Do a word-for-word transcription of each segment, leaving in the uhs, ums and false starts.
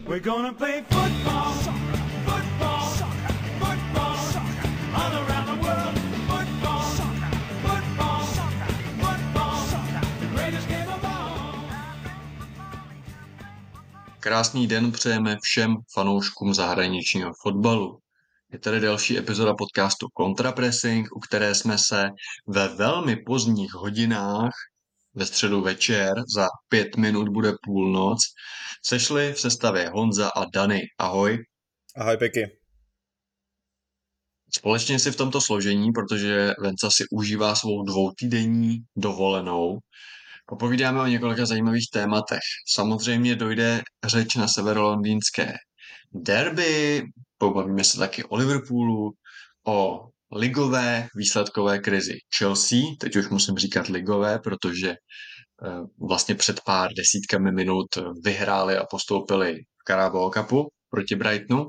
We're gonna play football, football, football, all around the world. Football, football, football, the greatest game of all. Krásný den přejeme všem fanouškům zahraničního fotbalu. Je tady další epizoda podcastu Contrapressing, u které jsme se ve velmi pozdních hodinách, ve středu večer, za pět minut bude půlnoc, sešli v sestavě Honza a Dany. Ahoj. Ahoj, Peky. Společně si v tomto složení, protože Venca si užívá svou dvoutýdenní dovolenou, popovídáme o několika zajímavých tématech. Samozřejmě dojde řeč na severolondýnské derby, pobavíme se taky o Liverpoolu, o ligové výsledkové krizi Chelsea, teď už musím říkat ligové, protože vlastně před pár desítkami minut vyhráli a postoupili v Carabao Cupu proti Brightonu.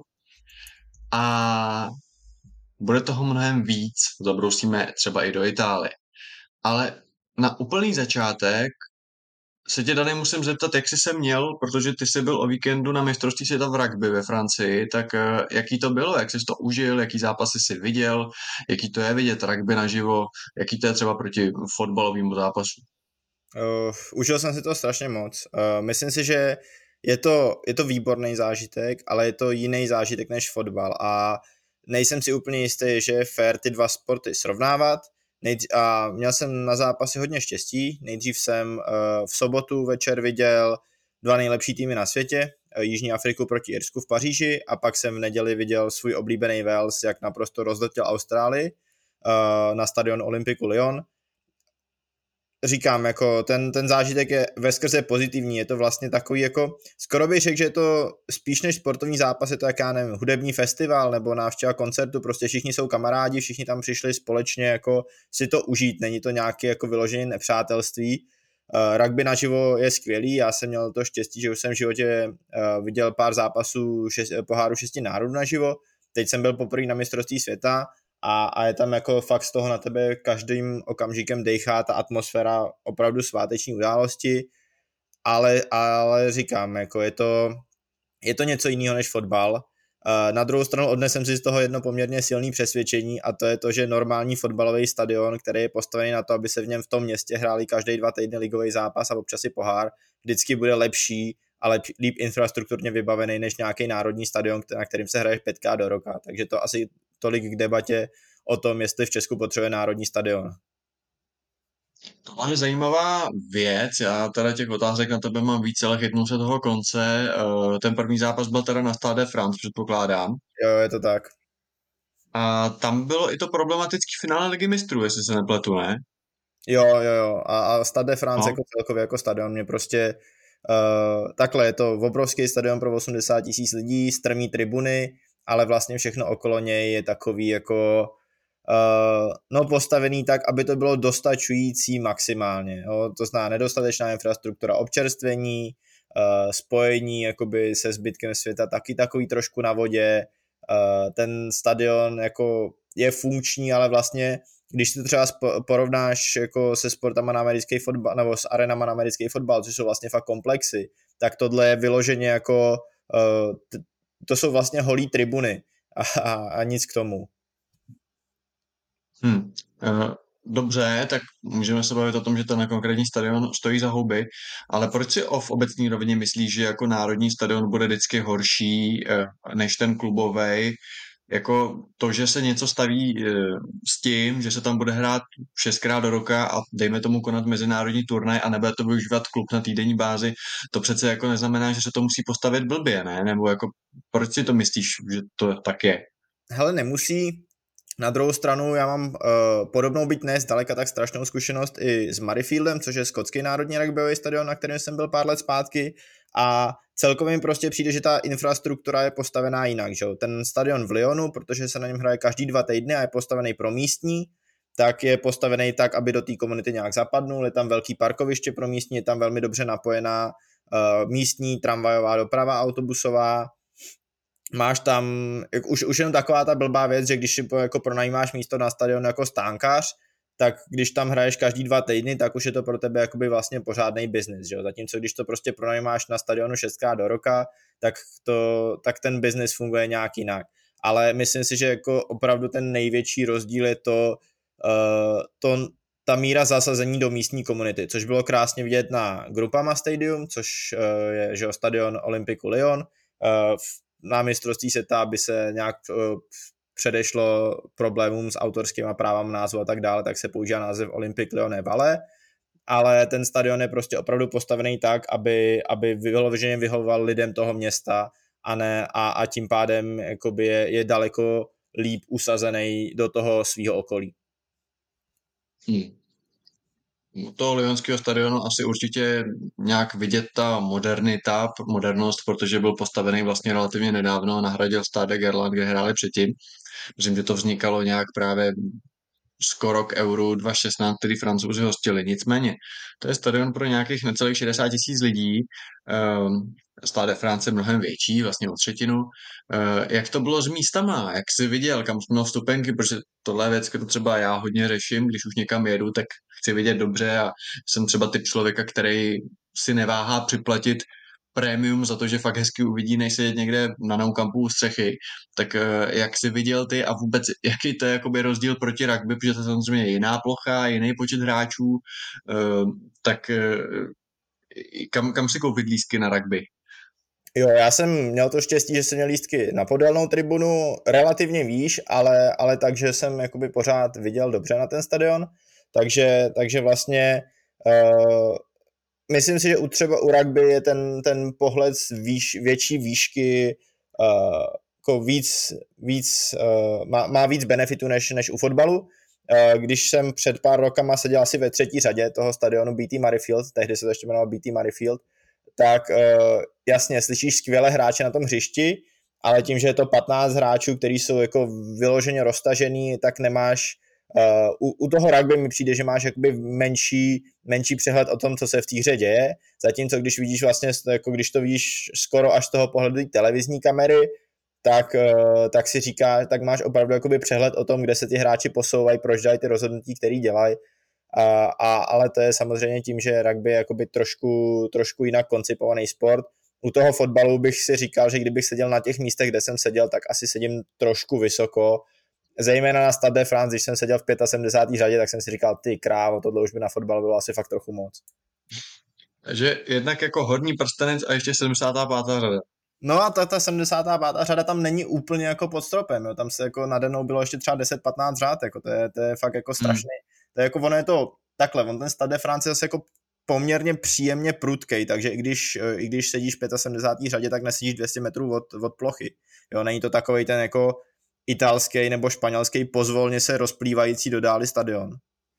A bude toho mnohem víc, zabrousíme třeba i do Itálie. Ale na úplný začátek se tě, Dany, musím zeptat, jak jsi se měl, protože ty jsi byl o víkendu na mistrovství světa v rugby ve Francii, tak jaký to bylo, jak jsi to užil, jaký zápasy jsi viděl, jaký to je vidět rugby naživo, jaký to je třeba proti fotbalovému zápasu? Uh, užil jsem si to strašně moc. Uh, myslím si, že je to, je to výborný zážitek, ale je to jiný zážitek než fotbal a nejsem si úplně jistý, že je fér ty dva sporty srovnávat. Nejdřív, a měl jsem na zápasy hodně štěstí. Nejdřív jsem uh, v sobotu večer viděl dva nejlepší týmy na světě, uh, Jižní Afriku proti Irsku v Paříži, a pak jsem v neděli viděl svůj oblíbený Wales, jak naprosto rozletěl Austrálii uh, na stadion Olympiku Lyon. Říkám, jako ten, ten zážitek je veskrze pozitivní, je to vlastně takový jako, skoro bych řekl, že je to spíš než sportovní zápas, je to jak já nevím, hudební festival nebo návštěva koncertu, prostě všichni jsou kamarádi, všichni tam přišli společně jako si to užít, není to nějaké jako vyložené nepřátelství. Uh, rugby naživo je skvělý, já jsem měl to štěstí, že už jsem v životě uh, viděl pár zápasů šest, poháru šesti národů naživo, teď jsem byl poprvé na mistrovství světa, A, a je tam jako fakt z toho na tebe každým okamžikem dejchá ta atmosféra opravdu sváteční události, ale, ale říkám, jako je to, je to něco jiného než fotbal. Na druhou stranu odnesem si z toho jedno poměrně silné přesvědčení, a to je to, že normální fotbalový stadion, který je postavený na to, aby se v něm v tom městě hráli každý dva týdny ligový zápas a občas i pohár, vždycky bude lepší a lep, líp infrastrukturně vybavený než nějaký národní stadion, na kterým se hraje pětkrát do roka. Takže to asi tolik k debatě o tom, jestli v Česku potřebuje národní stadion. To je zajímavá věc, já teda těch otázek na tebe mám více, ale chytnu se toho konce. Ten první zápas byl teda na Stade de France, předpokládám. Jo, je to tak. A tam bylo i to problematický finále Ligy mistrů, jestli se nepletu, ne? Jo, jo, jo. A, a Stade de France no. jako celkově jako stadion mě prostě uh, takhle, je to obrovský stadion pro osmdesát tisíc lidí, strmý tribuny, ale vlastně všechno okolo něj je takový jako uh, no postavený tak, aby to bylo dostačující maximálně. Jo? To znamená nedostatečná infrastruktura občerstvení, uh, spojení jakoby se zbytkem světa taky takový trošku na vodě. Uh, ten stadion jako je funkční, ale vlastně když si to třeba porovnáš jako se sportama na americký fotbal nebo s arenama na americký fotbal, což jsou vlastně fakt komplexy, tak tohle je vyloženě jako uh, t- to jsou vlastně holý tribuny a, a, a nic k tomu. Hmm. Uh, dobře, tak můžeme se bavit o tom, že ten konkrétní stadion stojí za huby, ale proč si o v obecní rovině myslíš, že jako národní stadion bude vždycky horší uh, než ten klubovej? Jako to, že se něco staví uh, s tím, že se tam bude hrát šestkrát do roka a dejme tomu konat mezinárodní turnaj a nebude to využívat klub na týdenní bázi, to přece jako neznamená, že se to musí postavit blbě, ne? Nebo jako proč si to myslíš, že to tak je? Hele, nemusí. Na druhou stranu já mám uh, podobnou, byť ne zdaleka tak strašnou zkušenost i s Murrayfieldem, což je skotský národní rugbyový stadion, na kterém jsem byl pár let zpátky, a celkově mi prostě přijde, že ta infrastruktura je postavená jinak. Že? Ten stadion v Lyonu, protože se na něm hraje každý dva týdny a je postavený pro místní, tak je postavený tak, aby do té komunity nějak zapadnul, je tam velký parkoviště pro místní, je tam velmi dobře napojená uh, místní tramvajová doprava autobusová. Máš tam, už, už jenom taková ta blbá věc, že když si jako pronajímáš místo na stadion jako stánkař, tak když tam hraješ každý dva týdny, tak už je to pro tebe jakoby vlastně pořádný biznis, že jo? Zatímco když to prostě pronajímáš na stadionu šestkrát do roka, tak, to, tak ten biznis funguje nějak jinak. Ale myslím si, že jako opravdu ten největší rozdíl je to, uh, to ta míra zasazení do místní komunity, což bylo krásně vidět na Groupama Stadium, což uh, je že jo, stadion Olympiku Lyon. Uh, na mistrovství světa, aby se nějak uh, předešlo problémům s autorskými právami názvu a tak dále, tak se používá název Olympique Lyonnais Vallée, ale ten stadion je prostě opravdu postavený tak, aby, aby vyloženě vyhovoval lidem toho města a, ne, a, a tím pádem jakoby je, je daleko líp usazený do toho svého okolí. Hmm. U toho lyonského stadionu asi určitě nějak vidět ta modernita, modernost, protože byl postavený vlastně relativně nedávno, nahradil Stade Gerland, kde hráli předtím. Myslím, že to vznikalo nějak právě skoro k Euru dva tisíce šestnáct, který Francouzi hostili. Nicméně, to je stadion pro nějakých necelých šedesát tisíc lidí. Um, Stade France je mnohem větší, vlastně o třetinu. Uh, jak to bylo s místama? Jak jsi viděl, kam jsme vstupenky? Protože tohle je věc, kterou třeba já hodně řeším, když už někam jedu, tak chci vidět dobře a jsem třeba typ člověka, který si neváhá připlatit prémium za to, že fakt hezky uvidí, než sedět někde na Nou Campu u střechy. Tak jak jsi viděl ty a vůbec jaký to je jakoby rozdíl proti rugby, protože to je samozřejmě jiná plocha, jiný počet hráčů, tak kam, kam si koupit lístky na rugby? Jo, já jsem měl to štěstí, že jsem měl lístky na podélnou tribunu, relativně výš, ale, ale takže jsem jakoby pořád viděl dobře na ten stadion, takže, takže vlastně uh, myslím si, že u třeba u rugby je ten, ten pohled z výš, větší výšky uh, jako víc, víc uh, má, má víc benefitu než, než u fotbalu. Uh, když jsem před pár rokama seděl asi ve třetí řadě toho stadionu B T Murrayfield, tehdy se to ještě jmenoval B T Murrayfield, tak uh, jasně, slyšíš skvělé hráče na tom hřišti, ale tím, že je to patnáct hráčů, kteří jsou jako vyloženě roztažený, tak nemáš Uh, u, u toho rugby mi přijde, že máš jakoby menší, menší přehled o tom, co se v té hře děje, zatímco když vidíš vlastně, jako když to vidíš skoro až z toho pohledu televizní kamery, tak, uh, tak si říká, tak máš opravdu jakoby přehled o tom, kde se ty hráči posouvají, proč dělají ty rozhodnutí, které dělají, uh, a, ale to je samozřejmě tím, že rugby je jakoby trošku, trošku jinak koncipovaný sport. U toho fotbalu bych si říkal, že kdybych seděl na těch místech, kde jsem seděl, tak asi sedím trošku vysoko, zejména na Stade de France, když jsem seděl v sedmdesát pět řadě, tak jsem si říkal, ty krávo, tohle už by na fotbal bylo asi fakt trochu moc. Takže jednak jako horní prstenec a ještě sedmdesátá pátá řada. No a ta, ta sedmdesátá pátá řada tam není úplně jako pod stropem, jo. Tam se jako nade mnou bylo ještě třeba deset patnáct řád, jako to je, to je fakt jako strašný. Hmm. To je jako, ono je to takhle, on ten Stade de France je zase jako poměrně příjemně prudkej, takže i když, i když sedíš v sedmdesát pět řadě, tak nesedíš dvě stě metrů od, od plochy. Jo, není to takovej ten jako italský nebo španělský pozvolně se rozplývající do dály stadion.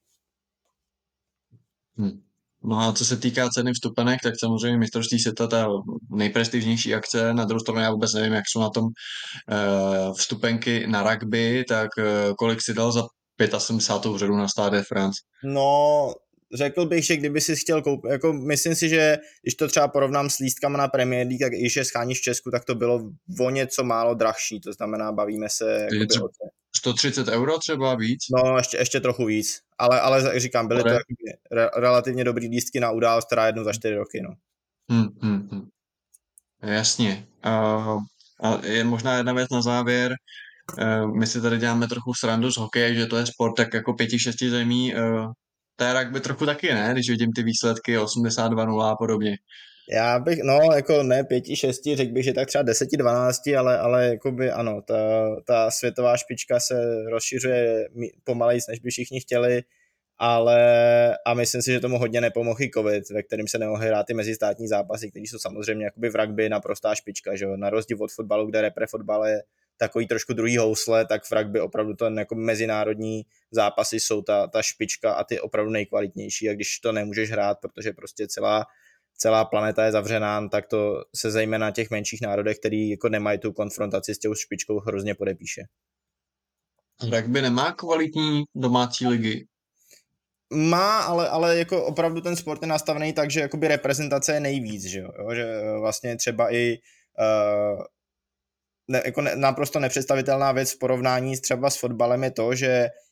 Hmm. No a co se týká ceny vstupenek, tak samozřejmě mistrovství světa ta nejprestižnější akce, na druhou stranu já vůbec nevím, jak jsou na tom uh, vstupenky na rugby, tak uh, kolik si dal za sedmdesátou pátou řadu na Stade de France? No, řekl bych, že kdyby si chtěl koupit, jako myslím si, že když to třeba porovnám s lístkama na Premier League, tak když je scháníš v Česku, tak to bylo o něco málo drahší, to znamená, bavíme se třeba sto třicet euro třeba víc? No, ještě, ještě trochu víc, ale, ale jak říkám, byly ale... to re, relativně dobrý lístky na událost, která jednou za čtyři roky, no. Hmm, hmm, hmm. Jasně. Uh, a je možná jedna věc na závěr, uh, my si tady děláme trochu srandu z hokeje, že to je sport tak jako pěti, šesti zemí, uh, to je rugby trochu taky, ne? Když vidím ty výsledky osmdesát dva nula a podobně. Já bych, no, jako ne pěti, šesti, řekl bych, že tak třeba deseti, dvanácti, ale, ale jakoby ano, ta, ta světová špička se rozšiřuje pomalejc, než by všichni chtěli, ale a myslím si, že tomu hodně nepomohl i covid, ve kterým se nemohly hrát ty mezistátní zápasy, které jsou samozřejmě jakoby v rugby naprostá špička, že jo, na rozdíl od fotbalu, kde repre fotbal je takový trošku druhý housle, tak v rugby opravdu to jako mezinárodní zápasy jsou ta, ta špička a ty opravdu nejkvalitnější, a když to nemůžeš hrát, protože prostě celá celá planeta je zavřená, tak to se zejména na těch menších národech, který jako nemají tu konfrontaci s tou špičkou, hrozně podepíše. Rugby nemá kvalitní domácí ligy? Má, ale, ale jako opravdu ten sport je nastavený tak, že jakoby reprezentace je nejvíc, že jo, že vlastně třeba i uh, ne, jako ne, naprosto nepředstavitelná věc v porovnání třeba s fotbalem je to, že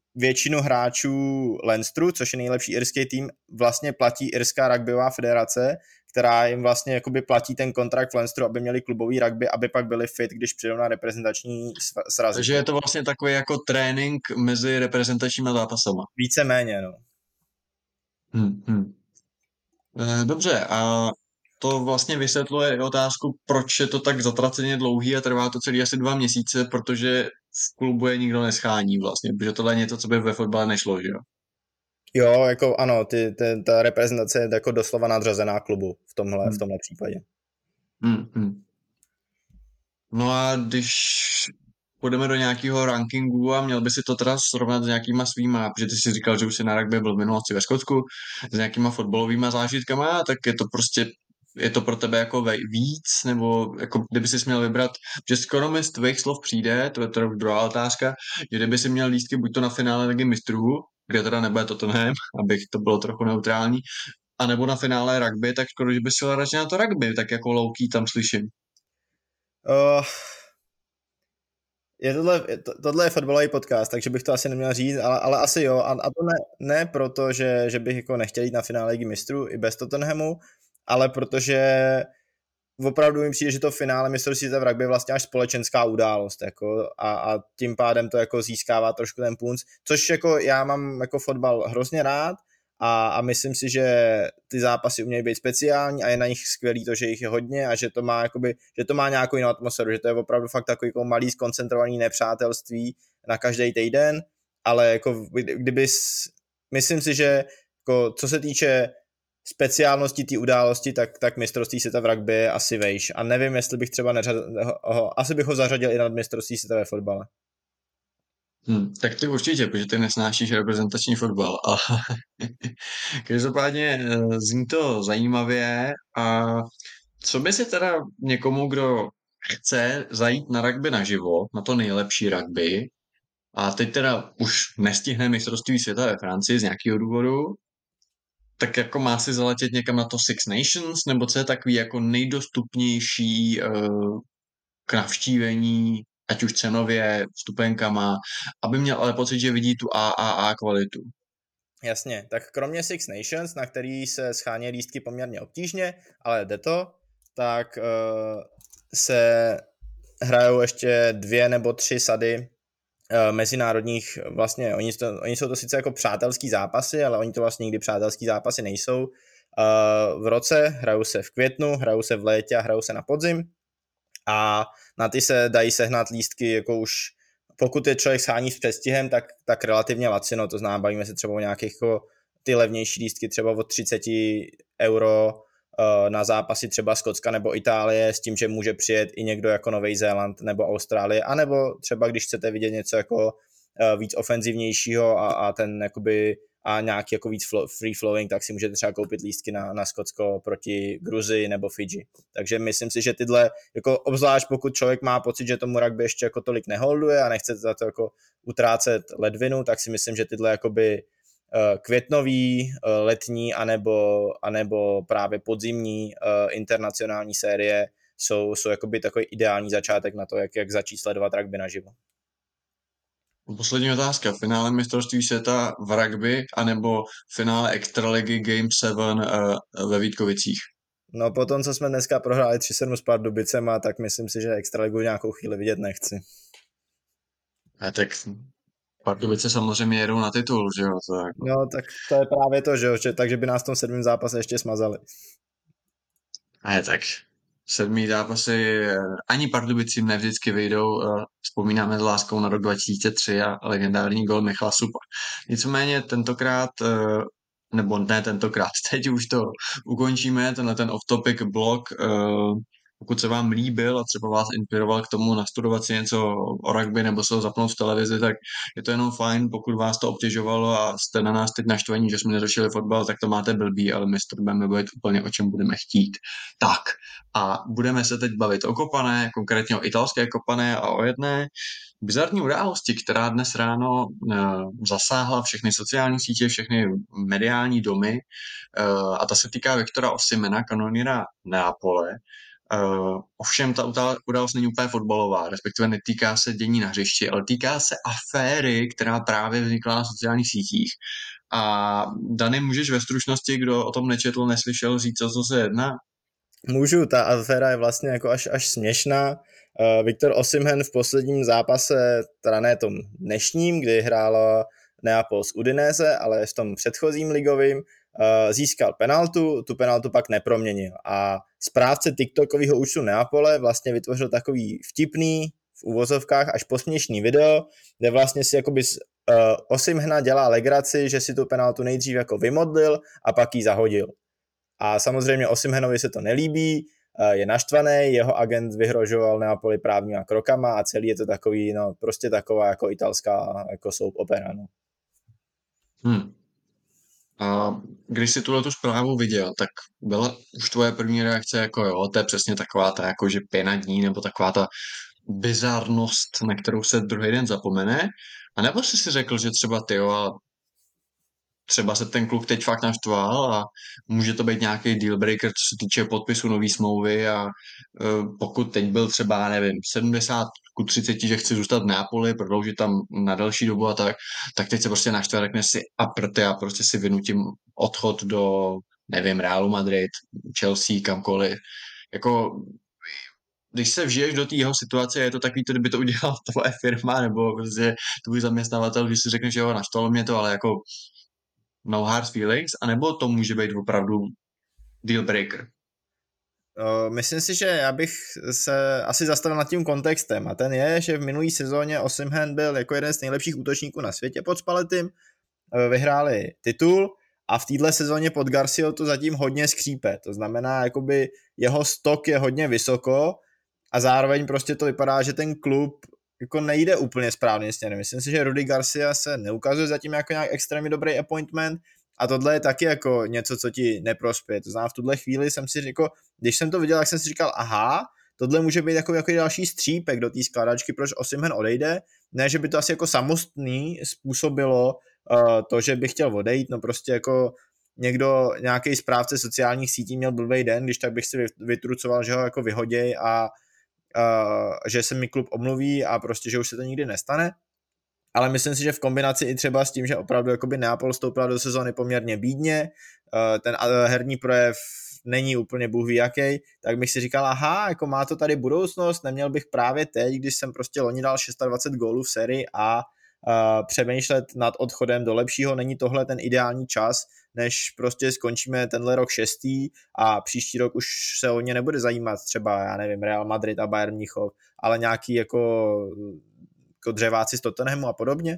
většinu hráčů Leinsteru, což je nejlepší irský tým, vlastně platí irská rugbyová federace, která jim vlastně jakoby platí ten kontrakt v Leinsteru, aby měli klubový rugby, aby pak byli fit, když přijdou na reprezentační srazy. Takže je to vlastně takový jako trénink mezi reprezentačníma zápasama. Víceméně, no. Hmm, hmm. E, dobře, a to vlastně vysvětluje i otázku, proč je to tak zatraceně dlouhý a trvá to celý asi dva měsíce, protože v klubu je nikdo neschání vlastně, protože tohle je něco, co by ve fotbale nešlo, že jo? Jo, jako ano, ty, ty, ta reprezentace je jako doslova nadřazená klubu v tomhle, Hmm. v tomhle případě. Hmm, hmm. No a když půjdeme do nějakého rankingu a měl by si to teda srovnat s nějakýma svýma, protože ty si říkal, že už si na rugby byl v minulosti ve Skotsku, s nějakýma fotbalovýma zážitkama, tak je to prostě, je to pro tebe jako víc, nebo jako kdyby si měl vybrat, že skoro mi z tvých slov přijde, to je teda druhá otázka, že kdyby si měl lístky buď to na finále Ligy mistrů, kde teda nebude Tottenham, abych to bylo trochu neutrální, a nebo na finále rugby, tak skoro, že by si radši na to rugby, tak jako louký tam slyším. Uh, je tohle, to, tohle je fotbalový podcast, takže bych to asi neměl říct, ale, ale asi jo. A, a to ne, ne proto, že, že bych jako nechtěl jít na finále Ligy mistrů i bez Tottenhamu, ale protože opravdu mi přijde, že to finále mistrovství světa v rugby je vlastně až společenská událost jako, a, a tím pádem to jako získává trošku ten punc, což jako já mám jako fotbal hrozně rád a, a myslím si, že ty zápasy umějí být speciální a je na nich skvělý to, že jich je hodně a že to má, jakoby, že to má nějakou jinou atmosféru, že to je opravdu fakt takový jako malý skoncentrovaný nepřátelství na každý týden, ale jako kdyby, myslím si, že jako, co se týče speciálnosti té události, tak, tak mistrovství světa v rugby je asi vejš. A nevím, jestli bych třeba neřadil, ho, asi bych ho zařadil i nad mistrovství světa ve fotbale. Hmm, tak ty určitě, protože ty nesnášíš reprezentační fotbal. A každopádně zní to zajímavě. A co by si teda někomu, kdo chce zajít na rugby naživo, na to nejlepší rugby, a teď teda už nestihne mistrovství světa ve Francii z nějakého důvodu, tak jako má si zaletět někam na to Six Nations, nebo co je takový jako nejdostupnější uh, k navštívení, ať už cenově, vstupenkama, aby měl ale pocit, že vidí tu A A A kvalitu. Jasně, tak kromě Six Nations, na který se schání lístky poměrně obtížně, ale jde to, tak uh, se hrajou ještě dvě nebo tři sady uh, mezinárodních, vlastně oni, to, oni jsou to sice jako přátelský zápasy, ale oni to vlastně nikdy přátelský zápasy nejsou. Uh, v roce hrajou se v květnu, hrajou se v létě a hrajou se na podzim a na ty se dají sehnat lístky jako už pokud je člověk schání s předstihem, tak, tak relativně lacino, to znamená, bavíme se třeba o nějakých jako ty levnější lístky, třeba o třicet euro uh, na zápasy třeba Skotska nebo Itálie, s tím, že může přijet i někdo jako Nový Zéland nebo Austrálie, anebo třeba když chcete vidět něco jako uh, víc ofenzivnějšího a, a ten jakoby a nějaký jako víc flow, free flowing, tak si můžete třeba koupit lístky na, na Skotsko proti Gruzii nebo Fidži. Takže myslím si, že tyhle, jako obzvlášť pokud člověk má pocit, že tomu rugby ještě jako tolik neholduje a nechce za to jako utrácet ledvinu, tak si myslím, že tyhle jakoby uh, květnový, uh, letní anebo, anebo právě podzimní uh, internacionální série jsou, jsou jakoby takový ideální začátek na to, jak, jak začít sledovat rugby naživo. Poslední otázka. Finále mistrovství světa v rugby anebo finále extraligy Game sedm uh, ve Vítkovicích? No potom, co jsme dneska prohráli tři sedm s Pardubicema, tak myslím si, že extraligu nějakou chvíli vidět nechci. A tak Pardubice samozřejmě jedou na titul, že jo? To jako... No tak to je právě to, že jo? Že, takže by nás v tom sedmém zápase ještě smazali. A tak sedmý zápasy ani Pardubicím ne vždycky vyjdou. Vzpomínáme s láskou na rok dva tisíce tři a legendární gol Michala Supa. Nicméně tentokrát, nebo ne tentokrát, teď už to ukončíme, tenhle ten off-topic blog. Pokud se vám líbil a třeba vás inspiroval k tomu nastudovat si něco o rugby nebo se ho zapnout v televizi, tak je to jenom fajn. Pokud vás to obtěžovalo a jste na nás teď naštvaní, že jsme neřešili fotbal, tak to máte blbý, ale my s to budeme bavit úplně o čem budeme chtít. Tak a budeme se teď bavit o kopané, konkrétně o italské kopané a o jedné bizarní události, která dnes ráno uh, zasáhla všechny sociální sítě, všechny mediální domy uh, a ta se týká Viktora Osimena, kanoniera Neapole. Uh, ovšem ta utá- událost není úplně fotbalová, respektive netýká se dění na hřišti, ale týká se aféry, která právě vznikla na sociálních sítích. A Dany, můžeš ve stručnosti, kdo o tom nečetl, neslyšel, říct, o co se jedná? Můžu, ta aféra je vlastně jako až, až směšná. Uh, Viktor Osimhen v posledním zápase, teda ne tom dnešním, kdy hrála Neapol s Udinese, ale v tom předchozím ligovým, uh, získal penaltu, tu penaltu pak neproměnil. A správce TikTokového účtu Neapole vlastně vytvořil takový vtipný, v uvozovkách až posměšný video, kde vlastně si jakoby z uh, Osimhena dělá legraci, že si tu penaltu nejdřív jako vymodlil a pak ji zahodil. A samozřejmě Osimhenovi se to nelíbí, je naštvaný, jeho agent vyhrožoval Neapoli právníma krokama a celý je to takový, no prostě taková jako italská jako soap opera, no. Hmm. A když jsi tuhle tu zprávu viděl, tak byla už tvoje první reakce jako jo, to je přesně taková ta jako, že pěna dní, nebo taková ta bizarnost, na kterou se druhý den zapomene, a nebo jsi si řekl, že třeba ty jo, a třeba se ten kluk teď fakt naštval a může to být nějaký deal breaker, co se týče podpisu nové smlouvy, a uh, pokud teď byl třeba, nevím, sedmdesát ku třiceti, že chci zůstat v Neapoli, prodloužit tam na delší dobu a tak, tak teď se prostě naštve, řekne si a prty, já prostě si vynutím odchod do, nevím, Realu Madrid, Chelsea, kamkoliv. Jako, když se vžiješ do té jeho situace, je to takový, to, kdyby to udělala tvoje firma, nebo prostě tvůj zaměstnavatel, když si řekneš, že jo, naštvalo mě to, ale jako no hard feelings, anebo to může být opravdu deal breaker? Uh, myslím si, že já bych se asi zastavil nad tím kontextem, a ten je, že v minulý sezóně Osimhen byl jako jeden z nejlepších útočníků na světě pod Spallettim, uh, vyhráli titul a v této sezóně pod Garciou to zatím hodně skřípe, to znamená, jakoby jeho stok je hodně vysoko a zároveň prostě to vypadá, že ten klub jako nejde úplně správným směrem. Myslím si, že Rudy Garcia se neukazuje zatím jako nějak extrémně dobrý appointment a tohle je taky jako něco, co ti neprospěje. To znamená, v tuhle chvíli jsem si říkal, když jsem to viděl, tak jsem si říkal, aha, tohle může být jako, jako další střípek do té skladačky, proč Osimhen odejde. Ne, že by to asi jako samostný způsobilo uh, to, že by chtěl odejít, no prostě jako někdo, nějaký správce sociálních sítí měl blbej den, když tak bych si vytrucoval, že ho jako vyhoděj a Uh, že se mi klub omluví a prostě, že už se to nikdy nestane. Ale myslím si, že v kombinaci i třeba s tím, že opravdu jakoby Neapol vstoupila do sezóny poměrně bídně, uh, ten herní projev není úplně bůh ví jaký, tak bych si říkal, aha, jako má to tady budoucnost, neměl bych právě teď, když jsem prostě loni dal dvacet šest gólů v sérii a uh, přemýšlet nad odchodem do lepšího, není tohle ten ideální čas, než prostě skončíme tenhle rok šestý a příští rok už se o ně nebude zajímat třeba, já nevím, Real Madrid a Bayern Mnichov, ale nějaký jako, jako dřeváci z Tottenhamu a podobně?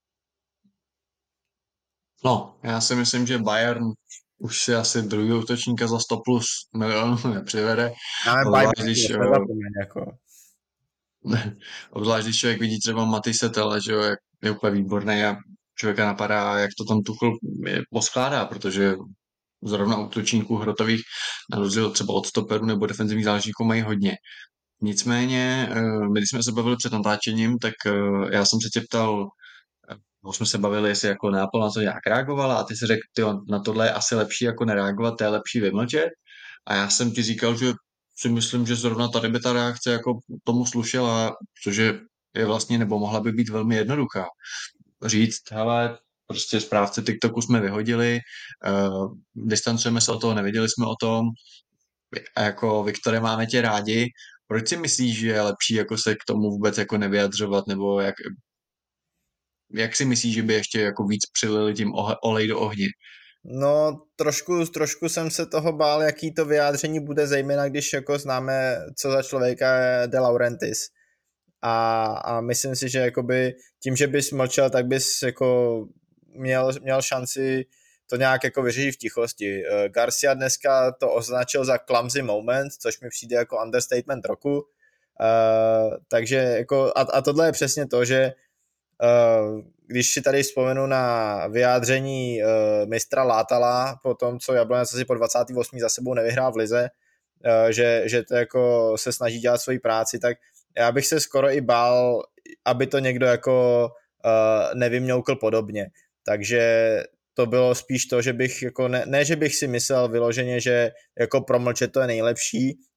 No, já si myslím, že Bayern už si asi druhý útočníka za sto plus milionů nepřivede. Obzvlášť když, jako. obzvlášť když člověk vidí třeba Matisse Telle, že jo, jak je úplně výborný a člověka napadá, jak to tam Tuchel poskládá, protože zrovna útočníků hrotových na rozdíl třeba od stoperů nebo defenzivních záležíků mají hodně. Nicméně, my když jsme se bavili před natáčením, tak já jsem se tě ptal, no jsme se bavili, jestli jako Neapol na to nějak reagovala a ty si řekl, tyjo, na tohle je asi lepší jako nereagovat, to je lepší vymlčet. A já jsem ti říkal, že si myslím, že zrovna tady by ta reakce jako tomu slušela, cože je vlastně, nebo mohla by být velmi jednoduchá. Říct, hele, prostě správce TikToku jsme vyhodili, uh, distancujeme se od toho, nevěděli jsme o tom, a jako Viktore, máme tě rádi. Proč si myslíš, že je lepší jako se k tomu vůbec jako nevyjadřovat, nebo jak, jak si myslíš, že by ještě jako víc přilili tím olej do ohně? No, trošku, trošku jsem se toho bál, jaký to vyjádření bude, zejména když jako známe, co za člověka je De Laurentiis. A, a myslím si, že jakoby tím, že bys mlčel, tak bys jako měl, měl šanci to nějak jako vyřešit v tichosti. Garcia dneska to označil za clumsy moment, což mi přijde jako understatement roku. Uh, takže jako, a, a tohle je přesně to, že uh, když si tady vzpomenu na vyjádření uh, mistra Látala po tom, co Jablonec asi po dvacáté osmé za sebou nevyhrál v lize, uh, že, že to jako se snaží dělat svoji práci, tak já bych se skoro i bál, aby to někdo jako uh, nevymňoukl podobně. Takže to bylo spíš to, že bych jako ne, ne, že bych si myslel vyloženě, že jako promlčet to je nejlepší,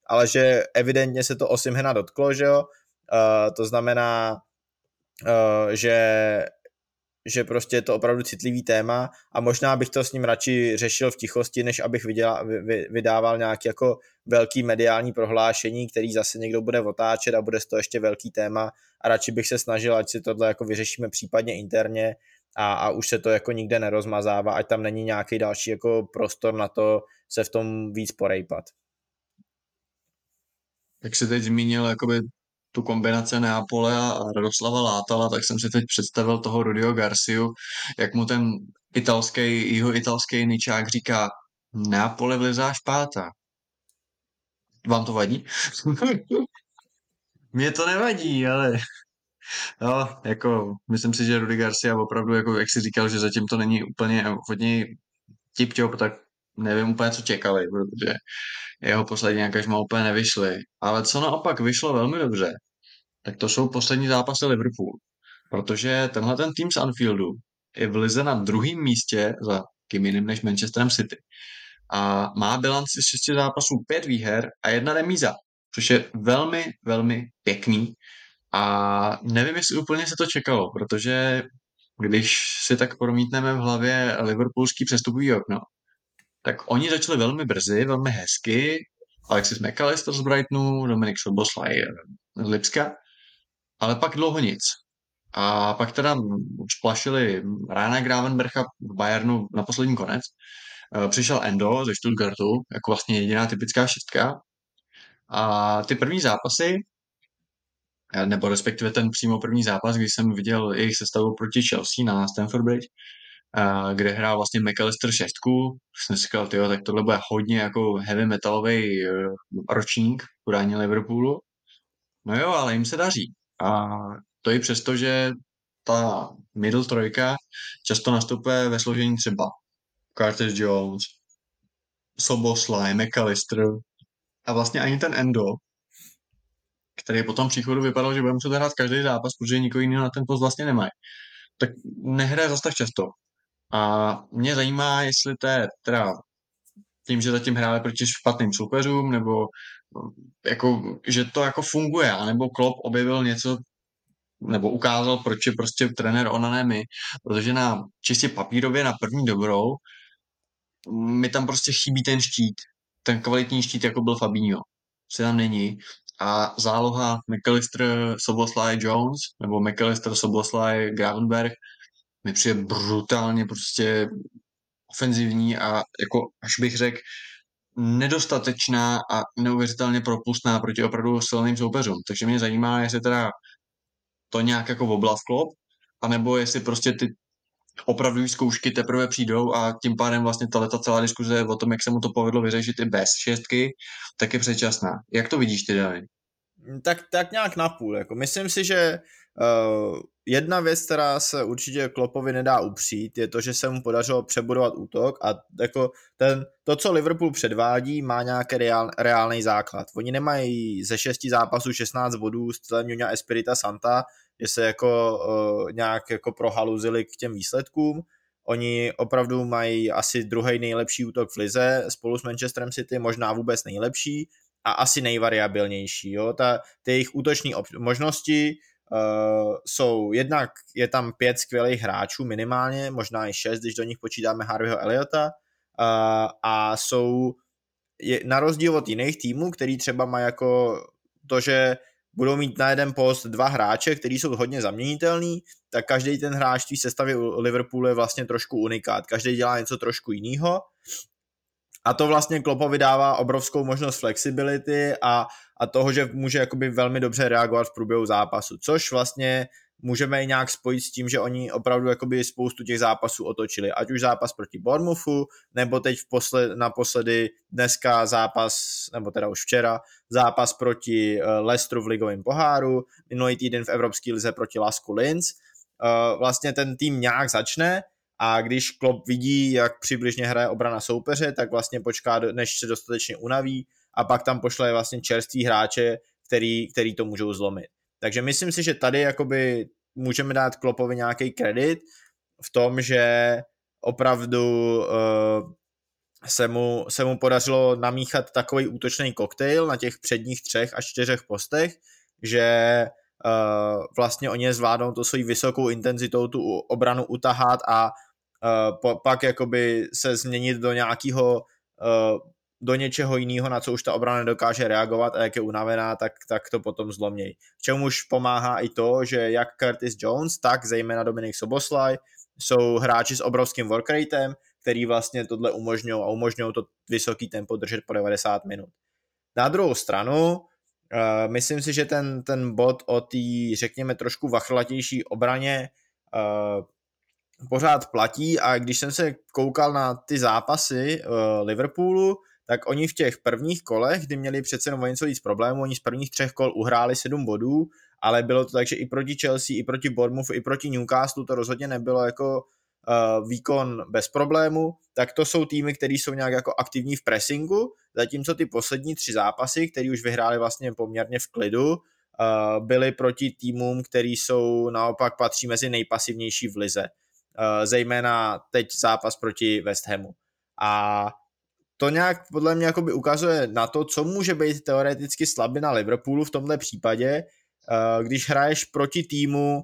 ale že evidentně se to Osimhena dotklo, že jo, uh, to znamená, uh, že že prostě je to opravdu citlivý téma a možná bych to s ním radši řešil v tichosti, než abych vyděla, vy, vydával nějaký jako velký mediální prohlášení, který zase někdo bude otáčet a bude z toho ještě velký téma a radši bych se snažil, ať si tohle jako vyřešíme případně interně a, a už se to jako nikde nerozmazává, ať tam není nějaký další jako prostor na to se v tom víc porejpat. Jak jsi teď zmínil jakoby tu kombinaci Neapole a Radoslava Látala, tak jsem si teď představil toho Rudyho Garciu, jak mu ten italský, jeho italský ničák říká, Neapole vlezá špáta. Vám to vadí? Mně to nevadí, ale no, jako, myslím si, že Rudy Garcia opravdu, jako, jak jsi říkal, že zatím to není úplně hodně tip-top, tak nevím úplně, co čekali, protože jeho poslední angažmá úplně nevyšly. Ale co naopak vyšlo velmi dobře, tak to jsou poslední zápasy Liverpoolu. Protože tenhle ten tým z Anfieldu je v lize na druhém místě za kým jiným než Manchesterem City. A má bilanci z šesti zápasů pět výher a jedna remíza, což je velmi, velmi pěkný. A nevím, jestli úplně se to čekalo, protože když si tak promítneme v hlavě liverpoolský přestupový okno, tak oni začali velmi brzy, velmi hezky. Alexis McAllister z Brightonu, Dominik Szoboszlai z Lipska, ale pak dlouho nic. A pak teda splašili Ryana Gravenbercha v Bayernu na poslední konec. Přišel Endo ze Stuttgartu, jako vlastně jediná typická šestka. A ty první zápasy, nebo respektive ten přímo první zápas, když jsem viděl jejich sestavu proti Chelsea na Stamford Bridge, kde hrál vlastně McAllister šestku, jsem si říkal, tyjo, tak tohle bude hodně jako heavy metalový ročník v podání Liverpoolu. No jo, ale jim se daří. A to i přesto, že ta middle trojka často nastupuje ve složení třeba Curtis Jones, Szoboszlai, McAllister a vlastně ani ten Endo, který po tom příchodu vypadal, že bude muset hrát každý zápas, protože nikoho jiného na ten post vlastně nemají, tak nehraje zase tak často. A mě zajímá, jestli to je teda tím, že zatím hráli proti špatným soupeřům, nebo jako, že to jako funguje, anebo Klopp objevil něco, nebo ukázal, proč je prostě trenér Onané my, protože na čistě papírově na první dobrou mi tam prostě chybí ten štít, ten kvalitní štít, jako byl Fabinho. Se tam není. A záloha McAllister, Szoboszlai, Jones, nebo McAllister, Szoboszlai, Gravenberch mi přijde brutálně prostě ofenzivní a jako, až bych řekl, nedostatečná a neuvěřitelně propustná proti opravdu silným soupeřům. Takže mě zajímá, jestli teda to nějak jako oblav Klopp, anebo jestli prostě ty opravdové zkoušky teprve přijdou a tím pádem vlastně ta celá diskuze o tom, jak se mu to povedlo vyřešit i bez šestky, tak je předčasná. Jak to vidíš ty, David? Tak, tak nějak napůl. Jako. Myslím si, že uh, jedna věc, která se určitě Kloppovi nedá upřít, je to, že se mu podařilo přebudovat útok a jako ten, to, co Liverpool předvádí, má nějaký reál, reálný základ. Oni nemají ze šesti zápasů šestnáct bodů z Nuña Espirita Santa, že se jako uh, nějak jako prohaluzili k těm výsledkům. Oni opravdu mají asi druhý nejlepší útok v lize spolu s Manchesterem City, možná vůbec nejlepší a asi nejvariabilnější. Jo? Ta, ty jejich útoční op- možnosti uh, jsou jednak, je tam pět skvělých hráčů minimálně, možná i šest, když do nich počítáme Harveyho Elliota uh, a jsou je, na rozdíl od jiných týmů, který třeba má jako to, že budou mít na jeden post dva hráče, který jsou hodně zaměnitelný, tak každý ten hráč v té sestavě Liverpoolu je vlastně trošku unikát. Každý dělá něco trošku jiného. A to vlastně Kloppovi dává obrovskou možnost flexibility a, a toho, že může jakoby velmi dobře reagovat v průběhu zápasu, což vlastně můžeme i nějak spojit s tím, že oni opravdu jakoby spoustu těch zápasů otočili, ať už zápas proti Bournemouthu, nebo teď v posled, naposledy dneska zápas, nebo teda už včera, zápas proti Leicesteru v ligovém poháru, minulý týden v Evropské lize proti Lasku Linz. Vlastně ten tým nějak začne, a když Klopp vidí, jak přibližně hraje obrana soupeře, tak vlastně počká, než se dostatečně unaví a pak tam pošle vlastně čerství hráče, který, který to můžou zlomit. Takže myslím si, že tady jakoby můžeme dát Kloppovi nějaký kredit v tom, že opravdu uh, se mu, se mu podařilo namíchat takový útočný koktejl na těch předních třech až čtyřech postech, že uh, vlastně oni zvládnou to svojí vysokou intenzitou tu obranu utahat a uh, po, pak jakoby se změnit do nějakého uh, do něčeho jiného, na co už ta obrana nedokáže reagovat a jak je unavená, tak, tak to potom zlomnějí. K čemuž pomáhá i to, že jak Curtis Jones, tak zejména Dominik Szoboszlai jsou hráči s obrovským workratem, který vlastně tohle umožňují a umožňují to vysoký tempo držet po devadesát minut. Na druhou stranu, uh, myslím si, že ten, ten bod o té, řekněme, trošku vachrlatější obraně uh, pořád platí a když jsem se koukal na ty zápasy uh, Liverpoolu, tak oni v těch prvních kolech, kdy měli přece jenom něco víc problémů, oni z prvních třech kol uhráli sedm bodů, ale bylo to tak, že i proti Chelsea, i proti Bournemouthu, i proti Newcastlu to rozhodně nebylo jako uh, výkon bez problému, tak to jsou týmy, které jsou nějak jako aktivní v pressingu, zatímco ty poslední tři zápasy, které už vyhráli vlastně poměrně v klidu, uh, byly proti týmům, který jsou naopak patří mezi nejpasivnější v lize. Uh, zejména teď zápas proti West Hamu. A to nějak podle mě jakoby ukazuje na to, co může být teoreticky slabina Liverpoolu v tomhle případě, když hraješ proti týmu,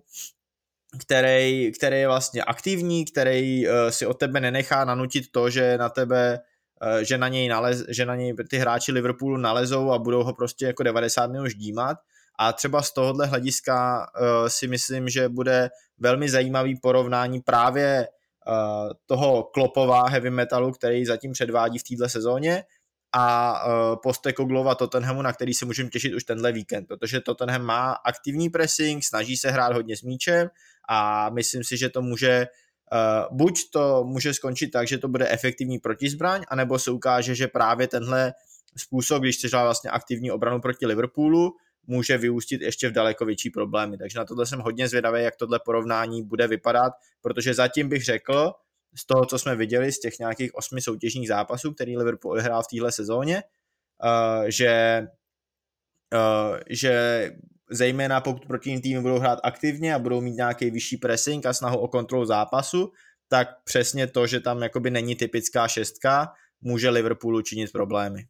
který, který je vlastně aktivní, který si od tebe nenechá nanutit to, že na tebe, že na něj, nalez, že na něj ty hráči Liverpoolu nalezou a budou ho prostě jako devadesát minut ždímat. A třeba z tohohle hlediska si myslím, že bude velmi zajímavý porovnání právě Uh, toho Kloppova heavy metalu, který zatím předvádí v této sezóně a uh, Postecoglouva Tottenhamu, na který se můžeme těšit už tenhle víkend, protože Tottenham má aktivní pressing, snaží se hrát hodně s míčem a myslím si, že to může uh, buď to může skončit tak, že to bude efektivní protizbraň, anebo se ukáže, že právě tenhle způsob, když chceš hrát vlastně aktivní obranu proti Liverpoolu, může vyústit ještě v daleko větší problémy. Takže na tohle jsem hodně zvědavý, jak tohle porovnání bude vypadat, protože zatím bych řekl, z toho, co jsme viděli, z těch nějakých osmi soutěžních zápasů, který Liverpool odehrál v téhle sezóně, uh, že, uh, že zejména pokud proti tím týmy budou hrát aktivně a budou mít nějaký vyšší pressing a snahu o kontrolu zápasu, tak přesně to, že tam jakoby není typická šestka, může Liverpoolu činit problémy.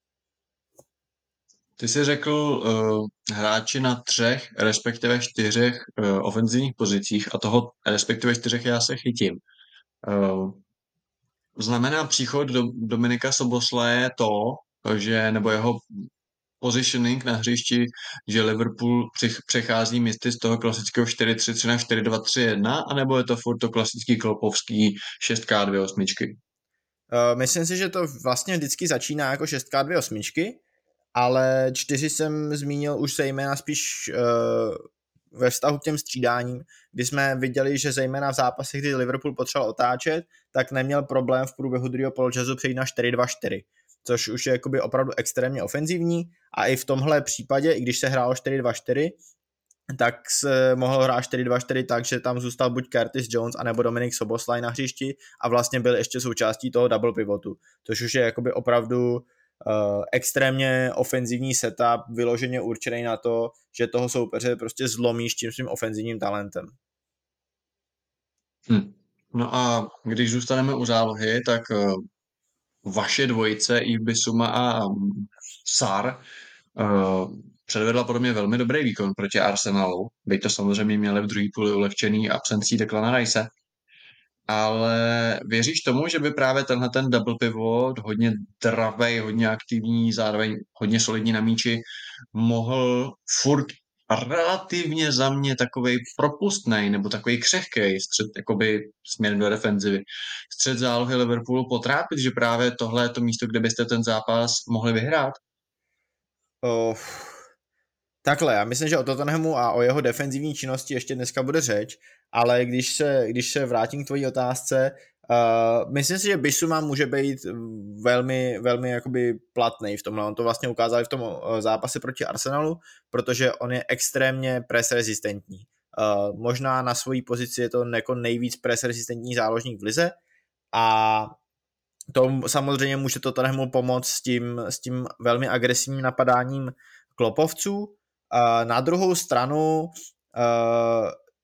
Ty jsi řekl uh, hráči na třech, respektive čtyřech uh, ofenzivních pozicích a toho respektive čtyřech já se chytím. Uh, znamená příchod do Dominika Szoboszlaie to, že nebo jeho positioning na hřišti, že Liverpool přechází místy z toho klasického čtyři tři tři na čtyři dva tři jedna, anebo je to furt to klasický klopovský šest ká dvě osmičky? Uh, myslím si, že to vlastně vždycky začíná jako šest ká dvě osmičky, ale čtyři jsem zmínil už zejména spíš uh, ve vztahu k těm střídáním, kdy jsme viděli, že zejména v zápasech, kdy Liverpool potřeboval otáčet, tak neměl problém v průběhu druhého poločasu přejít na čtyři dva čtyři, což už je jakoby opravdu extrémně ofenzivní a i v tomhle případě, i když se hrálo čtyři dva čtyři, tak se mohl hrát čtyři dva čtyři tak, že tam zůstal buď Curtis Jones, anebo Dominik Szoboszlai na hřišti a vlastně byl ještě součástí toho double pivotu, což už je jakoby opravdu Uh, extrémně ofenzivní setup, vyloženě určený na to, že toho soupeře prostě zlomíš tím svým ofenzivním talentem. Hm. No a když zůstaneme u zálohy, tak uh, vaše dvojice Yves Bissouma a um, Sarr uh, předvedla podle mě velmi dobrý výkon proti Arsenalu, byť to samozřejmě měli v druhé půli ulehčený absencí Declana Rice. Ale věříš tomu, že by právě tenhle ten double pivot, hodně dravej, hodně aktivní, zároveň hodně solidní na míči, mohl furt relativně za mě takovej propustnej nebo takový křehkej střed, jakoby směrem do defenzivy. Střed zálohy Liverpoolu potrápit, že právě tohle je to místo, kde byste ten zápas mohli vyhrát? Oh. Takhle, já myslím, že o Tottenhamu a o jeho defenzivní činnosti ještě dneska bude řeč, ale když se, když se vrátím k tvojí otázce, uh, myslím si, že Bissouma může být velmi, velmi jakoby platnej v tomhle. On to vlastně ukázal v tom uh, zápase proti Arsenalu, protože on je extrémně press rezistentní. Uh, možná na svojí pozici je to jako nejvíc press rezistentní záložník v lize a to samozřejmě může Tottenhamu pomoct s tím, s tím velmi agresivním napadáním klopovců. Na druhou stranu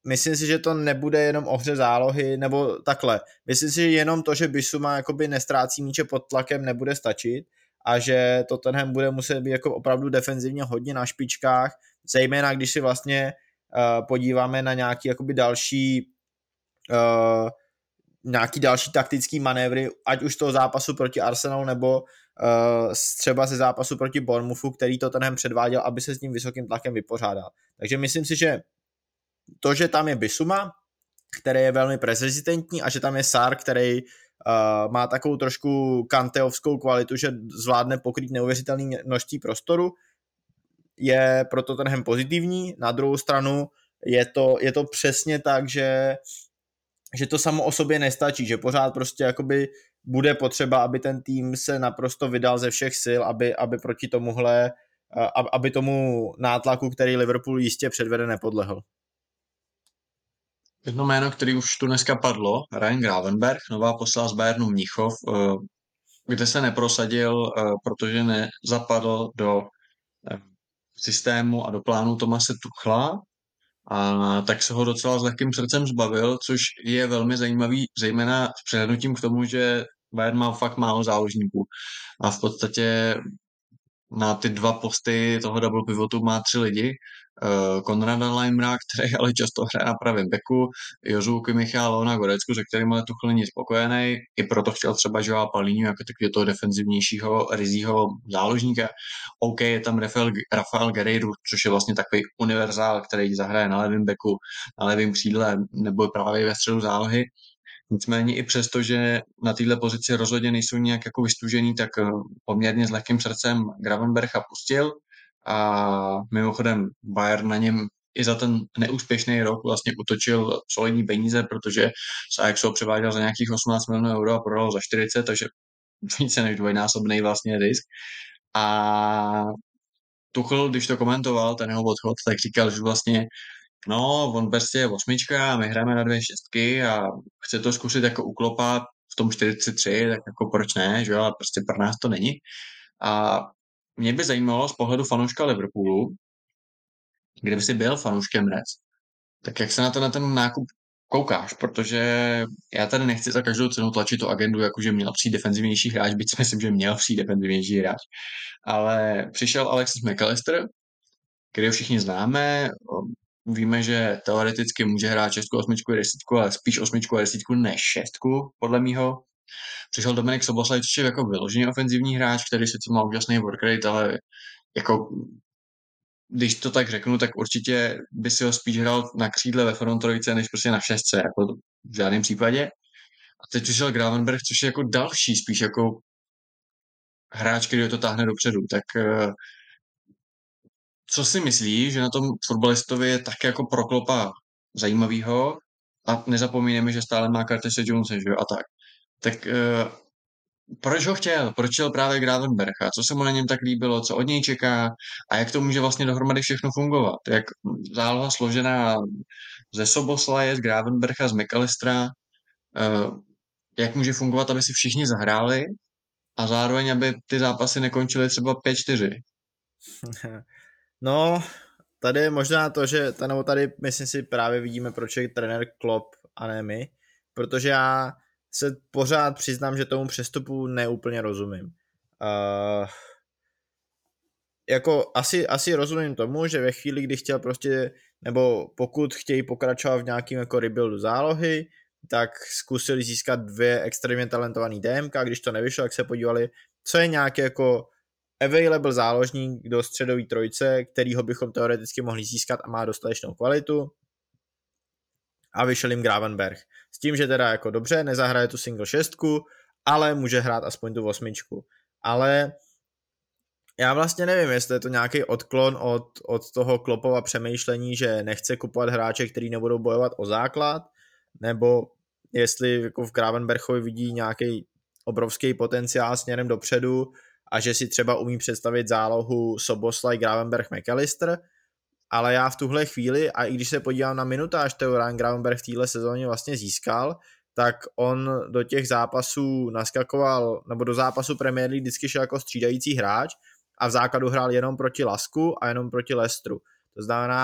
myslím si, že to nebude jenom o hře zálohy, nebo takhle. Myslím si, že jenom to, že Bissouma jakoby nestrácí míče pod tlakem, nebude stačit a že Tottenham bude muset být jako opravdu defenzivně hodně na špičkách, zejména když si vlastně uh, podíváme na nějaký jakoby další uh, nějaký další taktický manévry, ať už toho zápasu proti Arsenalu nebo uh, třeba ze zápasu proti Bournemouthu, který Tottenham předváděl, aby se s tím vysokým tlakem vypořádal. Takže myslím si, že to, že tam je Bissouma, který je velmi prezistentní a že tam je Sarr, který uh, má takovou trošku kanteovskou kvalitu, že zvládne pokrýt neuvěřitelné množství prostoru, je pro Tottenham pozitivní. Na druhou stranu je to, je to přesně tak, že že to samo o sobě nestačí, že pořád prostě jakoby bude potřeba, aby ten tým se naprosto vydal ze všech sil, aby, aby proti tomuhle, aby tomu nátlaku, který Liverpool jistě předvede, nepodlehl. Jedno jméno, který už tu dneska padlo, Ryan Gravenberch, nová posila z Bayernu Mnichov, kde se neprosadil, protože nezapadl do systému a do plánu Tomase Tuchla, a tak se ho docela s lehkým srdcem zbavil, což je velmi zajímavý, zejména s přihlédnutím k tomu, že Bayern má fakt málo záložníků a v podstatě na ty dva posty toho double pivotu má tři lidi. Konrada Leimera, který ale často hraje na pravém beku, Jozu Kimicha a Leona Gorecku, se kterým ale Tuchel není spokojený. I proto chtěl třeba Joao Paulinho jako takového toho defenzivnějšího, rizího záložníka. OK, je tam Rafael, Rafael Guerreiro, což je vlastně takový univerzál, který zahraje na levém beku, na levém křídle nebo právě ve středu zálohy. Nicméně i přesto, že na této pozici rozhodně nejsou nějak jako vystužený, tak poměrně s lehkým srdcem Gravenbercha pustil a mimochodem Bayern na něm i za ten neúspěšný rok vlastně utočil solidní peníze, protože z Ajaxu ho převáděl za nějakých osmnáct milionů euro a prodal za čtyřicet, takže více než dvojnásobný vlastně zisk. A Tuchel, když to komentoval, ten jeho odchod, tak říkal, že vlastně no, on prostě je osmička a my hrajeme na dvě šestky a chce to zkusit jako uklopat v tom čtyřicet tři, tak jako proč ne, že jo, a prostě pro nás to není. A mě by zajímalo z pohledu fanouška Liverpoolu, kdyby jsi byl fanouškem Reds, tak jak se na to na ten nákup koukáš, protože já tady nechci za každou cenu tlačit tu agendu, jakože měl přijít defenzivnější hráč, byť si myslím, že měl přijít defenzivnější hráč. Ale přišel Alexis McAllister, který všichni známe, víme, že teoreticky může hrát šestku, osmičku, desítku, ale spíš osmičku a desítku než šestku, podle mýho. Přišel Dominik Soboslaj, což je jako vyloženě ofenzivní hráč, který sice má úžasný work rate, ale jako když to tak řeknu, tak určitě by si ho spíš hrál na křídle ve front trojce, než prostě na šestce, jako v žádném případě. A teď přišel Gravenberch, což je jako další spíš jako hráč, který to táhne dopředu. Tak co si myslíš, že na tom fotbalistovi je tak jako proklopa zajímavýho a nezapomínáme, že stále má Curtise Jonese, že jo, a tak. Tak uh, proč ho chtěl? Proč chtěl právě Gravenbercha? Co se mu na něm tak líbilo? Co od něj čeká? A jak to může vlastně dohromady všechno fungovat? Jak záloha složená ze Soboslaje, z Gravenbercha, z McAllistera, uh, jak může fungovat, aby si všichni zahráli a zároveň, aby ty zápasy nekončily třeba pět čtyři? No, tady je možná to, že nebo tady myslím si právě vidíme, proč je trenér Klopp a ne my, protože já se pořád přiznám, že tomu přestupu neúplně rozumím. Uh, jako asi, asi rozumím tomu, že ve chvíli, kdy chtěl prostě, nebo pokud chtějí pokračovat v nějakým jako rebuildu zálohy, tak zkusili získat dvě extrémně talentovaný D M K, když to nevyšlo, jak se podívali, co je nějaký jako available záložník do středové trojce, kterýho bychom teoreticky mohli získat a má dostatečnou kvalitu, a vyšel jim Gravenberch. S tím, že teda jako dobře, nezahraje tu single šestku, ale může hrát aspoň tu osmičku. Ale já vlastně nevím, jestli je to nějaký odklon od, od toho Kloppova přemýšlení, že nechce kupovat hráče, který nebudou bojovat o základ, nebo jestli jako v Gravenberchovi vidí nějaký obrovský potenciál směrem dopředu a že si třeba umí představit zálohu Soboslaj, Gravenberch, McAllister, ale já v tuhle chvíli, a i když se podívám na minutáž, kterou Ryan Gravenberch v téhle sezóně vlastně získal, tak on do těch zápasů naskakoval, nebo do zápasu Premier League vždycky šel jako střídající hráč a v základu hrál jenom proti Lasku a jenom proti Leicesteru. To znamená,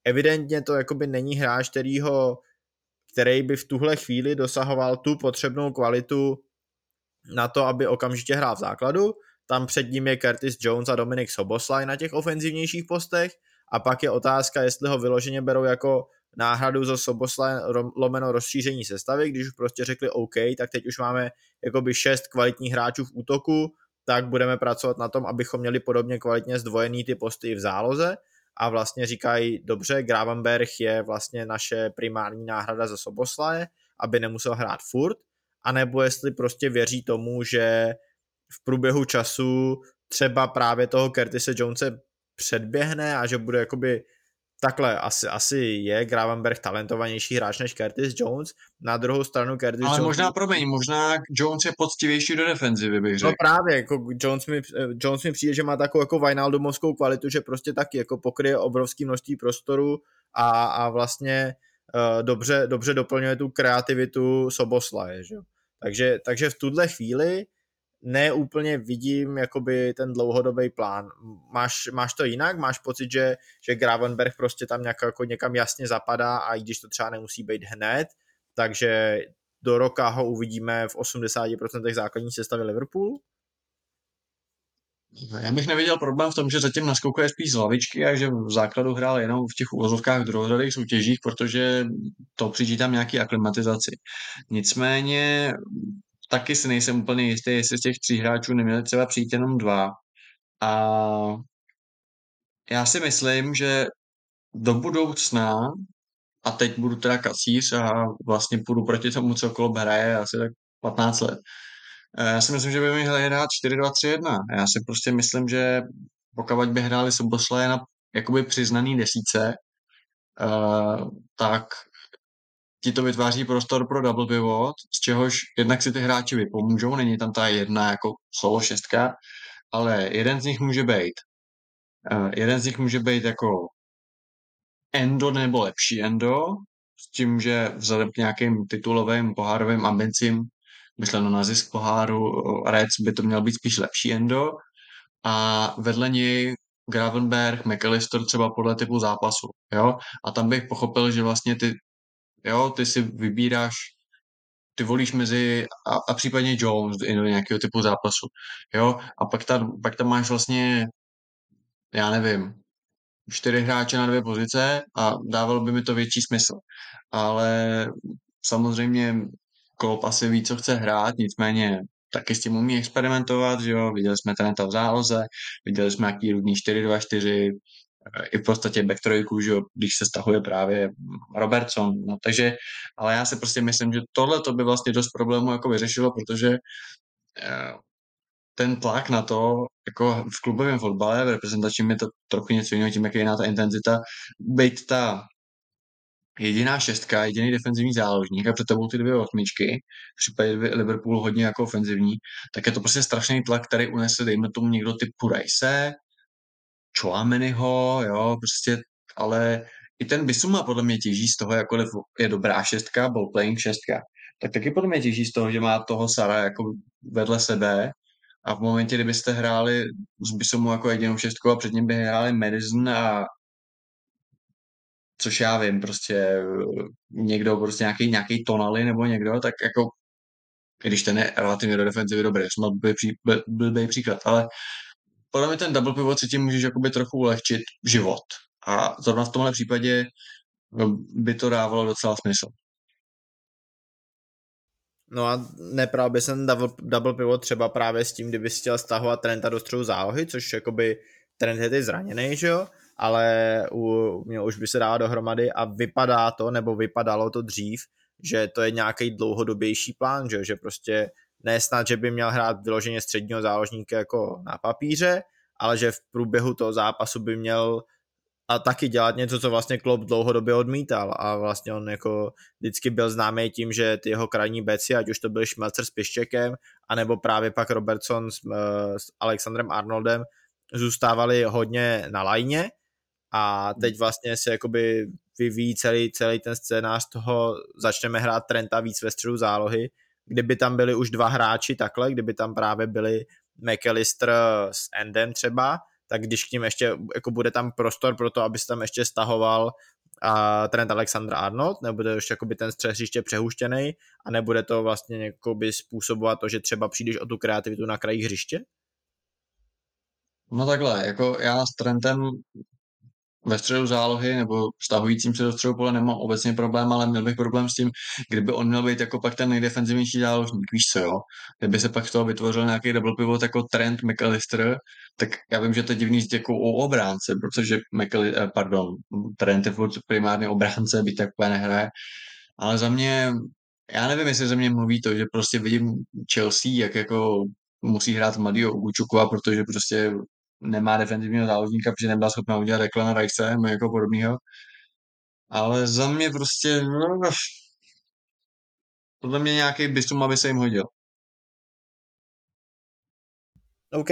evidentně to jakoby není hráč, kterýho, který by v tuhle chvíli dosahoval tu potřebnou kvalitu na to, aby okamžitě hrál v základu. Tam před ním je Curtis Jones a Dominik Szoboszlai na těch ofenzivnějších postech a pak je otázka, jestli ho vyloženě berou jako náhradu za Szoboszlai lomeno rozšíření sestavy, když už prostě řekli OK, tak teď už máme jakoby šest kvalitních hráčů v útoku, tak budeme pracovat na tom, abychom měli podobně kvalitně zdvojený ty posty i v záloze a vlastně říkají, dobře, Gravenberch je vlastně naše primární náhrada za Szoboszlaie, aby nemusel hrát furt, anebo jestli prostě věří tomu, že v průběhu času třeba právě toho Curtise Jonese předběhne a že bude jakoby takhle, asi, asi je Gravenberch talentovanější hráč než Curtis Jones, na druhou stranu Curtis Ale Jones... možná, promiň, možná Jones je poctivější do defenzivy, bych řekl. No právě, jako Jones mi, Jones mi přijde, že má takovou jako Wijnaldumovskou kvalitu, že prostě taky jako pokryje obrovský množství prostoru a, a vlastně uh, dobře, dobře doplňuje tu kreativitu Szoboszlaie, že jo. Takže, takže v tuhle chvíli ne úplně vidím jakoby ten dlouhodobý plán. Máš, máš to jinak? Máš pocit, že, že Gravenberch prostě tam nějak, jako někam jasně zapadá a i když to třeba nemusí být hned, takže do roka ho uvidíme v osmdesát procent základní sestavy Liverpoolu? Já bych neviděl problém v tom, že zatím naskokuje spíš z lavičky a že v základu hrál jenom v těch uvozovkách druhořadých soutěžích, protože to přičítám nějaký aklimatizaci. Nicméně taky si nejsem úplně jistý, jestli z těch tří hráčů neměli třeba přijít jenom dva. A já si myslím, že do budoucna, a teď budu teda kacíř a vlastně půjdu proti tomu, co Klopp hraje asi tak patnáct let. Já si myslím, že by měli hrát čtyři dva tři jedna. Já si prostě myslím, že pokud by hráli Szoboszlaie na jakoby přiznaný desíce, uh, tak ti to vytváří prostor pro double pivot, z čehož jednak si ty hráči vypomůžou, není tam ta jedna jako solo šestka, ale jeden z nich může být uh, jeden z nich může být jako Endo nebo lepší Endo, s tím, že vzhledem k nějakým titulovým pohárovým ambicím, myšleno na zisk poháru Reds, by to měl být spíš lepší Endo a vedle něj Gravenberch, McAllister třeba podle typu zápasu, jo, a tam bych pochopil, že vlastně ty, jo, ty si vybíráš, ty volíš mezi a, a případně Jones i do nějakého typu zápasu, jo, a pak, ta, pak tam máš vlastně, já nevím, čtyři hráče na dvě pozice a dávalo by mi to větší smysl. Ale samozřejmě Klopp asi ví, co chce hrát, nicméně taky s tím umí experimentovat, že jo, viděli jsme Trenta v záloze, viděli jsme nějaký různý čtyři dva čtyři, i v podstatě back trojku, že jo, když se stahuje právě Robertson, no takže, ale já si prostě myslím, že tohle to by vlastně dost problémů jako vyřešilo, protože ten tlak na to, jako v klubovém fotbale, v reprezentačním je to trochu něco jiného, tím, jak je jiná ta intenzita, být ta jediná šestka, jediný defenzivní záložník a před tebou ty dvě osmičky, v případě Liverpoolu hodně jako ofenzivní, tak je to prostě strašný tlak, který unese, dejme tomu někdo typu Rice, Chouameniho, jo, prostě, ale i ten Bissouma podle mě těží z toho, jakkoliv je dobrá šestka, ball playing šestka, tak taky podle mě těží z toho, že má toho Sara jako vedle sebe a v momentě, kdybyste hráli s Bissoumu jako jedinou šestkou a před ním by hráli Madison a což já vím, prostě někdo, prostě nějaký, nějaký Tonali nebo někdo, tak jako když ten je relativně do defenzivy dobrý, jsme byl, byl, byl, byl příklad, ale podle mě ten double pivot si tím můžeš jakoby trochu ulehčit život a zrovna v tomhle případě by to dávalo docela smysl. No a nepral by jsem double, double pivot třeba právě s tím, kdyby si chtěl stahovat Trenta do středu zálohy, což jakoby Trent je teď zraněný, že jo, ale u mě už by se dala dohromady a vypadá to, nebo vypadalo to dřív, že to je nějaký dlouhodobější plán, že, že prostě ne snad, že by měl hrát vyloženě středního záložníka jako na papíře, ale že v průběhu toho zápasu by měl a taky dělat něco, co vlastně Klopp dlouhodobě odmítal a vlastně on jako vždycky byl známý tím, že ty jeho krajní beci, ať už to byl Schmelzer s Piščekem, anebo právě pak Robertson s, s Alexandrem Arnoldem, zůstávali hodně na lajně a teď vlastně se jakoby vyvíjí celý, celý ten scénář toho, začneme hrát Trenta víc ve středu zálohy, kdyby tam byli už dva hráči takhle, kdyby tam právě byli McAllister s Endem třeba, tak když k ním ještě jako bude tam prostor pro to, aby se tam ještě stahoval a Trent Alexander-Arnold, nebude už jakoby ten střed hřiště přehuštěnej a nebude to vlastně jakoby způsobovat to, že třeba přijdeš o tu kreativitu na kraji hřiště? No takhle, jako já s Trentem ve středu zálohy nebo stahujícím se do středu pole nemám obecně problém, ale měl bych problém s tím, kdyby on měl být jako pak ten nejdefenzivnější záložník, víš co, jo? Kdyby se pak z toho vytvořil nějaký double pivot jako Trent McAllister, tak já vím, že to je divný říct jako o obránce, protože McAlli- eh, pardon, Trent je furt primárně obránce, byť tak úplně nehraje, ale za mě, já nevím, jestli za mě mluví to, že prostě vidím Chelsea, jak jako musí hrát mladýho Ugučukova, protože prostě nemá defenzivního záložníka, protože nebyla schopná udělat Declana Rice nebo jako podobného. Ale za mě prostě, no, podle mě nějaký Bissouma by se jim hodil. OK.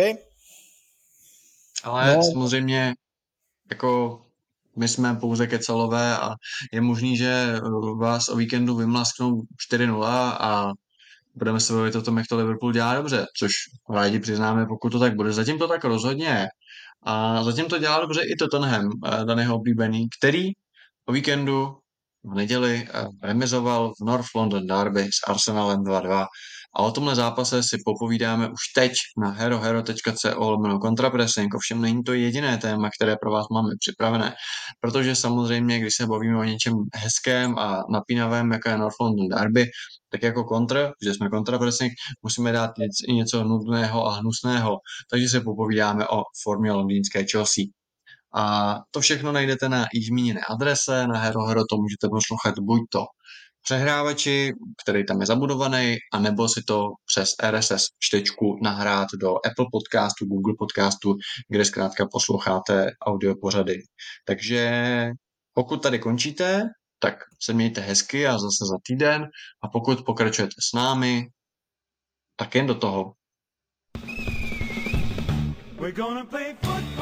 Ale No. samozřejmě, jako my jsme pouze kecalové a je možný, že vás o víkendu vymlasknou čtyři nula a budeme se bavit o tom, jak to Liverpool dělá dobře, což rádi přiznáme, pokud to tak bude. Zatím to tak rozhodně je. A zatím to dělá dobře i Tottenham, daného oblíbený, který o víkendu v neděli remizoval v North London Derby s Arsenalem dva dva. A o tomhle zápase si popovídáme už teď na herohero tečka co lomeno kontrapressing. Ovšem není to jediné téma, které pro vás máme připravené, protože samozřejmě, když se bavíme o něčem hezkém a napínavém, jako je North London Derby, tak jako kontr, že jsme kontrapressing, musíme dát i něco nudného a hnusného, takže se popovídáme o formě londýnské Chelsea. A to všechno najdete na již zmíněné adrese, na HeroHero to můžete poslouchat buď to přehrávači, který tam je zabudovaný, anebo si to přes R S S čtečku nahrát do Apple podcastu, Google podcastu, kde zkrátka posloucháte audio pořady. Takže pokud tady končíte, tak se mějte hezky a zase za týden, a pokud pokračujete s námi, tak jen do toho. We're gonna play football.